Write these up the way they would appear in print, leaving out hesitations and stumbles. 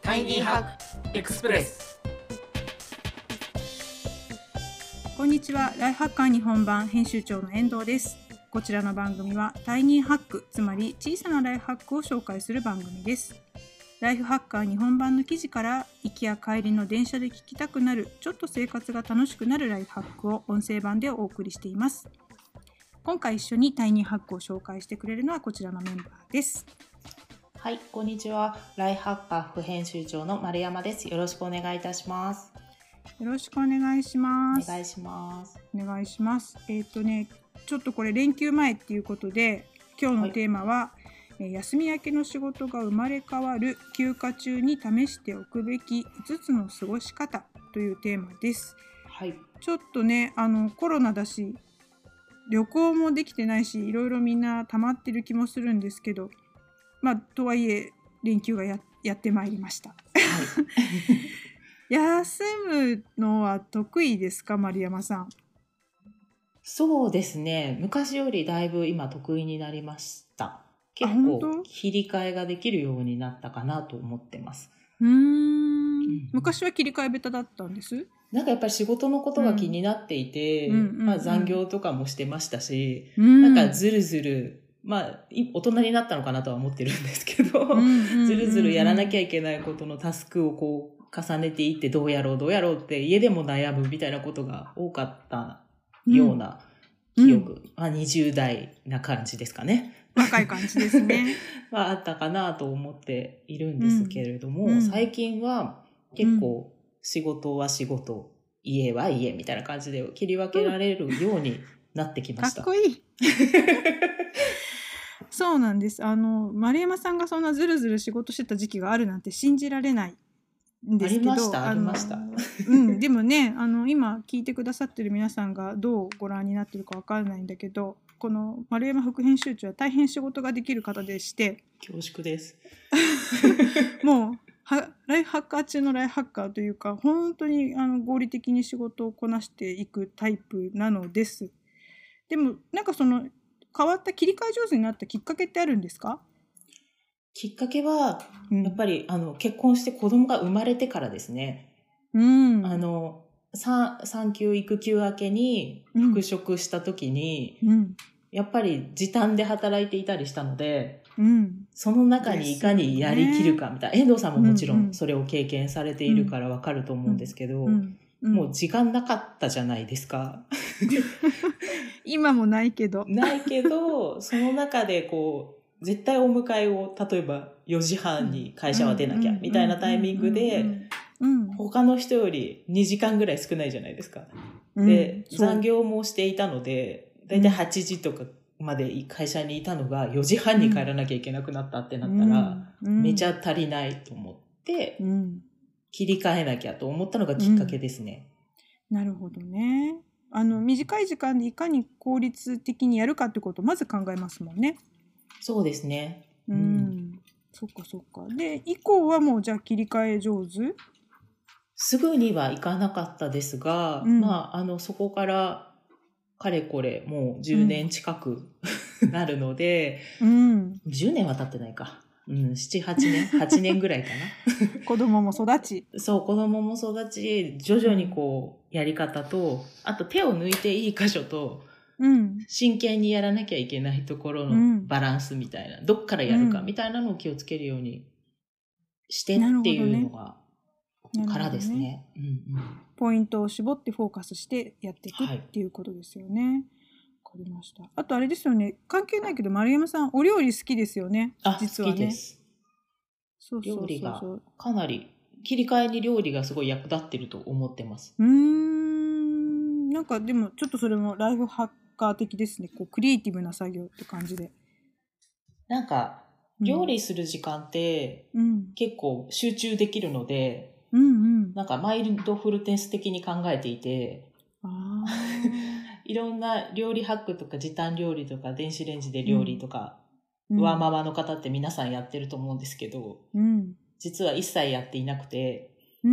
タイニーハックエクスプレス。 こんにちは。ライフハッカー日本版編集長の遠藤です。こちらの番組はタイニーハック、つまり小さなライフハックを紹介する番組です。ライフハッカー日本版の記事から行きや帰りの電車で聞きたくなる、ちょっと生活が楽しくなるライフハックを音声版でお送りしています。今回一緒にタイニーハックを紹介してくれるのはこちらのメンバーです。 はい、こんにちは。ライフハッカー副編集長の丸山です。よろしくお願いいたします。 よろしくお願いします。 お願いします。 お願いします。ちょっとこれ連休前っていうことで、今日のテーマは、休み明けの仕事が生まれ変わる休暇中に試しておくべき5つの過ごし方というテーマです。 はい。 ちょっとね、コロナだし、旅行もできてないし、いろいろみんな溜まってる気もするんですけど、とはいえ連休が やってまいりました。はい、休むのは得意ですか、丸山さん？ そうですね。昔よりだいぶ今得意になりました。結構切り替えができるようになったかなと思ってます。 昔は切り替え下手だったんです？ なんかやっぱり仕事のことが気になっていて、残業とかもしてましたし、なんかずるずる、大人になったのかなとは思ってるんですけど、ずるずるやらなきゃいけないことのタスクをこう重ねていってどうやろうって家でも悩むみたいなことが多かったような記憶。20代な感じですかね。 若い感じですね。 あったかなと思っているんですけれども、最近は結構仕事は仕事、家は家みたいな感じで切り分けられるようになってきました。 かっこいい。そうなんです。丸山さんがそんなずるずる仕事してた時期があるなんて信じられないんですけど。 ありました。 でもね、今聞いてくださってる皆さんがどうご覧になってるかわからないんだけど、この丸山副編集長は大変仕事ができる方でして。 恐縮です。 もう、ライフハッカー中のライフハッカーというか、本当に合理的に仕事をこなしていくタイプなのです。でも、なんかその、変わった切り替え上手になったきっかけってあるんですか？ きっかけは、やっぱり、結婚して子供が生まれてからですね。産休育休明けに復職した時に、やっぱり時短で働いていたりしたので、その中にいかにやりきるかみたいな、遠藤さんももちろんそれを経験されているからわかると思うんですけど、もう時間なかったじゃないですか。 今もないけど、 その中でこう、絶対お迎えを、例えば4時半に会社は出なきゃ、みたいなタイミングで、他の人より2時間ぐらい少ないじゃないですか。で、残業もしていたので、だいたい8時とかまで会社にいたのが4時半に帰らなきゃいけなくなったってなったら、めちゃ足りないと思って、切り替えなきゃと思ったのがきっかけですね。 なるほどね。短い時間でいかに効率的にやるかってことをまず考えますもんね。 そうですね。 そっか。で、以降はもうじゃあ切り替え上手？ すぐにはいかなかったですが、そこからかれこれもう10年近くなるので、10年は経ってないか。7、8年ぐらいかな。 子供も育ち。 そう、子供も育ち、徐々にこう、やり方と、あと手を抜いていい箇所と、真剣にやらなきゃいけないところのバランスみたいな、どっからやるかみたいなのを気をつけるようにしてっていうのが、からですね。 ポイントを絞ってフォーカスしてやっていくっていうことですよね。わかりました。あとあれですよね。関係ないけど丸山さんお料理好きですよね。実はね。 好きです。料理がかなり切り替えに料理がすごい役立ってると思ってます。 なんかでもちょっとそれもライフハッカー的ですね。こうクリエイティブな作業って感じで。 なんか料理する時間って結構集中できるので、なんかマインドフルネス的に考えていて、いろんな料理ハックとか時短料理とか電子レンジで料理とか、ワーママの方って皆さんやってると思うんですけど、実は一切やっていなくて、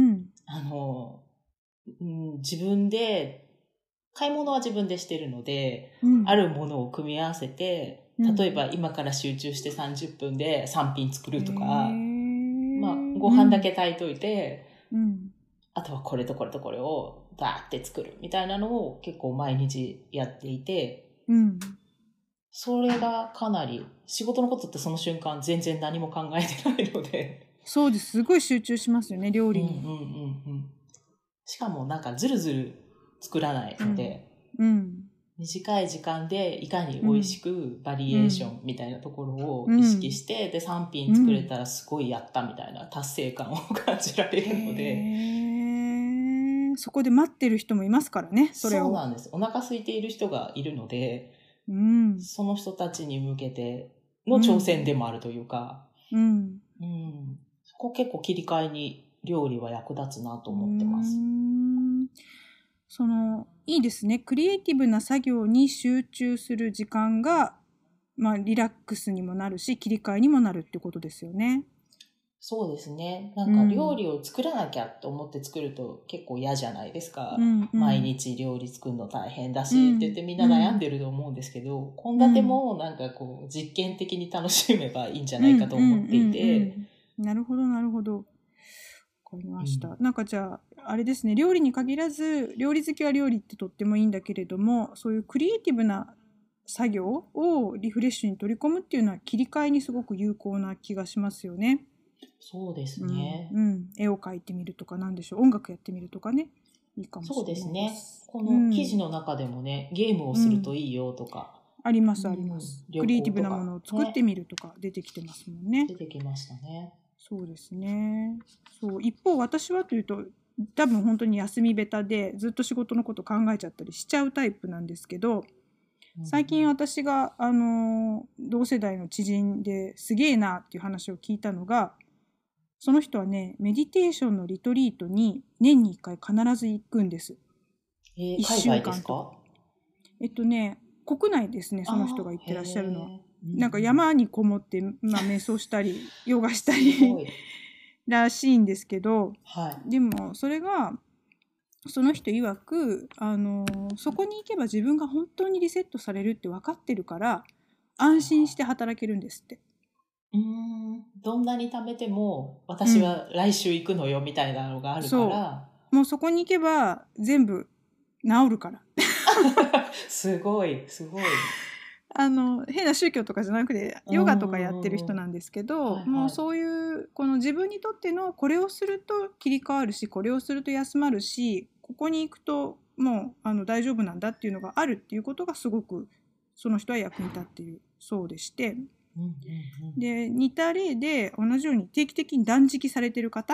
自分で買い物は自分でしてるので、あるものを組み合わせて、例えば今から集中して30分で3品作るとか、 ご飯だけ炊いといて、 うん、 あとはこれとこれとこれをバーって作るみたいなのを結構毎日やっていて、 うん、 それがかなり、仕事のことってその瞬間全然何も考えてないので。 そうです。すごい集中しますよね、料理に。 しかもなんかずるずる作らないので、短い時間でいかに美味しくバリエーションみたいなところを意識して、で3品作れたらすごいやったみたいな達成感を感じられるので、 そこで待ってる人もいますからね、それを。 そうなんです。お腹空いている人がいるので、その人たちに向けての挑戦でもあるというか、そこ結構切り替えに料理は役立つなと思ってます。 いいですね。クリエイティブな作業に集中する時間が、リラックスにもなるし、切り替えにもなるってことですよね。 そうですね。なんか料理を作らなきゃと思って作ると結構嫌じゃないですか。毎日料理作るの大変だしって言ってみんな悩んでると思うんですけど、献立もなんかこう実験的に楽しめばいいんじゃないかと思っていて。 なるほど、なるほど。わかりました。なんかじゃあ、あれですね、料理に限らず、料理好きは料理ってとってもいいんだけれども、そういうクリエイティブな作業をリフレッシュに取り込むっていうのは切り替えにすごく有効な気がしますよね。 そうですね。 絵を描いてみるとか、なんでしょう、音楽やってみるとかね、いいかもしれないです。 そうですね。この記事の中でもね、ゲームをするといいよとか。 あります、あります。クリエイティブなものを作ってみるとか出てきてますもんね。 出てきましたね。 そうですね。そう、一方私はというと、多分本当に休みベタでずっと仕事のこと考えちゃったりしちゃうタイプなんですけど、最近私が同世代の知人ですげえなっていう話を聞いたのが、その人はね、メディテーションのリトリートに年に1回必ず行くんです。 海外ですか？ 国内ですね、その人が行ってらっしゃるのは。なんか山にこもって、瞑想したりヨガしたりらしいんですけど、でもそれがその人曰くそこに行けば自分が本当にリセットされるって分かってるから安心して働けるんですって。 どんなに貯めても私は来週行くのよみたいなのがあるから、 もうそこに行けば全部治るからすごいすごい。 変な宗教とかじゃなくてヨガとかやってる人なんですけど、もうそういうこの自分にとってのこれをすると切り替わるし、これをすると休まるし、ここに行くともう大丈夫なんだっていうのがあるっていうことがすごくその人は役に立っているそうでして、で似た例で同じように定期的に断食されてる方、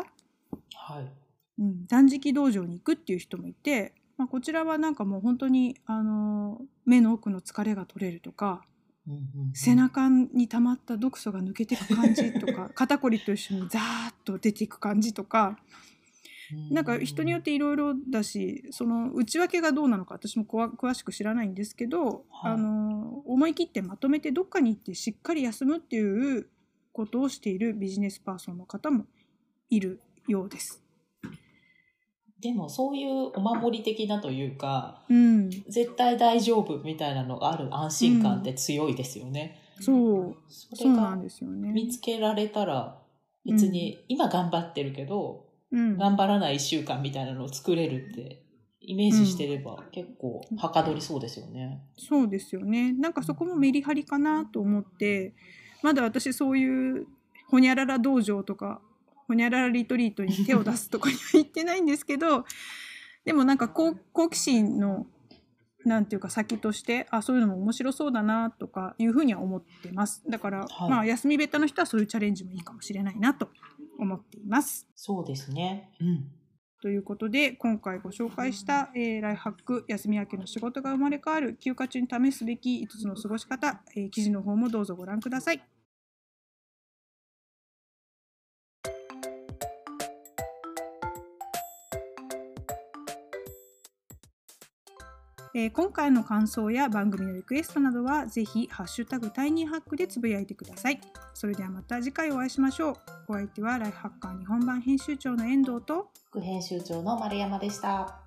断食道場に行くっていう人もいて、こちらはなんかもう本当に目の奥の疲れが取れるとか、背中に溜まった毒素が抜けていく感じとか肩こりと一緒にザーッと出ていく感じとか、なんか人によっていろいろだし、その内訳がどうなのか私も詳しく知らないんですけど、思い切ってまとめてどっかに行ってしっかり休むっていうことをしているビジネスパーソンの方もいるようです。 でもそういうお守り的なというか、絶対大丈夫みたいなのがある安心感って強いですよね。 そうなんですよね。見つけられたら別に今頑張ってるけど、頑張らない1週間みたいなのを作れるってイメージしてれば結構はかどりそうですよね。 そうですよね。なんかそこもメリハリかなと思って、まだ私そういうホニャララ道場とかホニャララリトリートに手を出すとかには言ってないんですけど、でもなんか好奇心のなんていうか先としてそういうのも面白そうだなとかいうふうには思ってます。だから、休みベタの人はそういうチャレンジもいいかもしれないなと思っています。 そうですね。 ということで今回ご紹介した、ライフハック、休み明けの仕事が生まれ変わる休暇中に試すべき5つの過ごし方、記事の方もどうぞご覧ください。今回の感想や番組のリクエストなどはぜひハッシュタグタイニーハックでつぶやいてください。それではまた次回お会いしましょう。お相手はライフハッカー日本版編集長の遠藤と副編集長の丸山でした。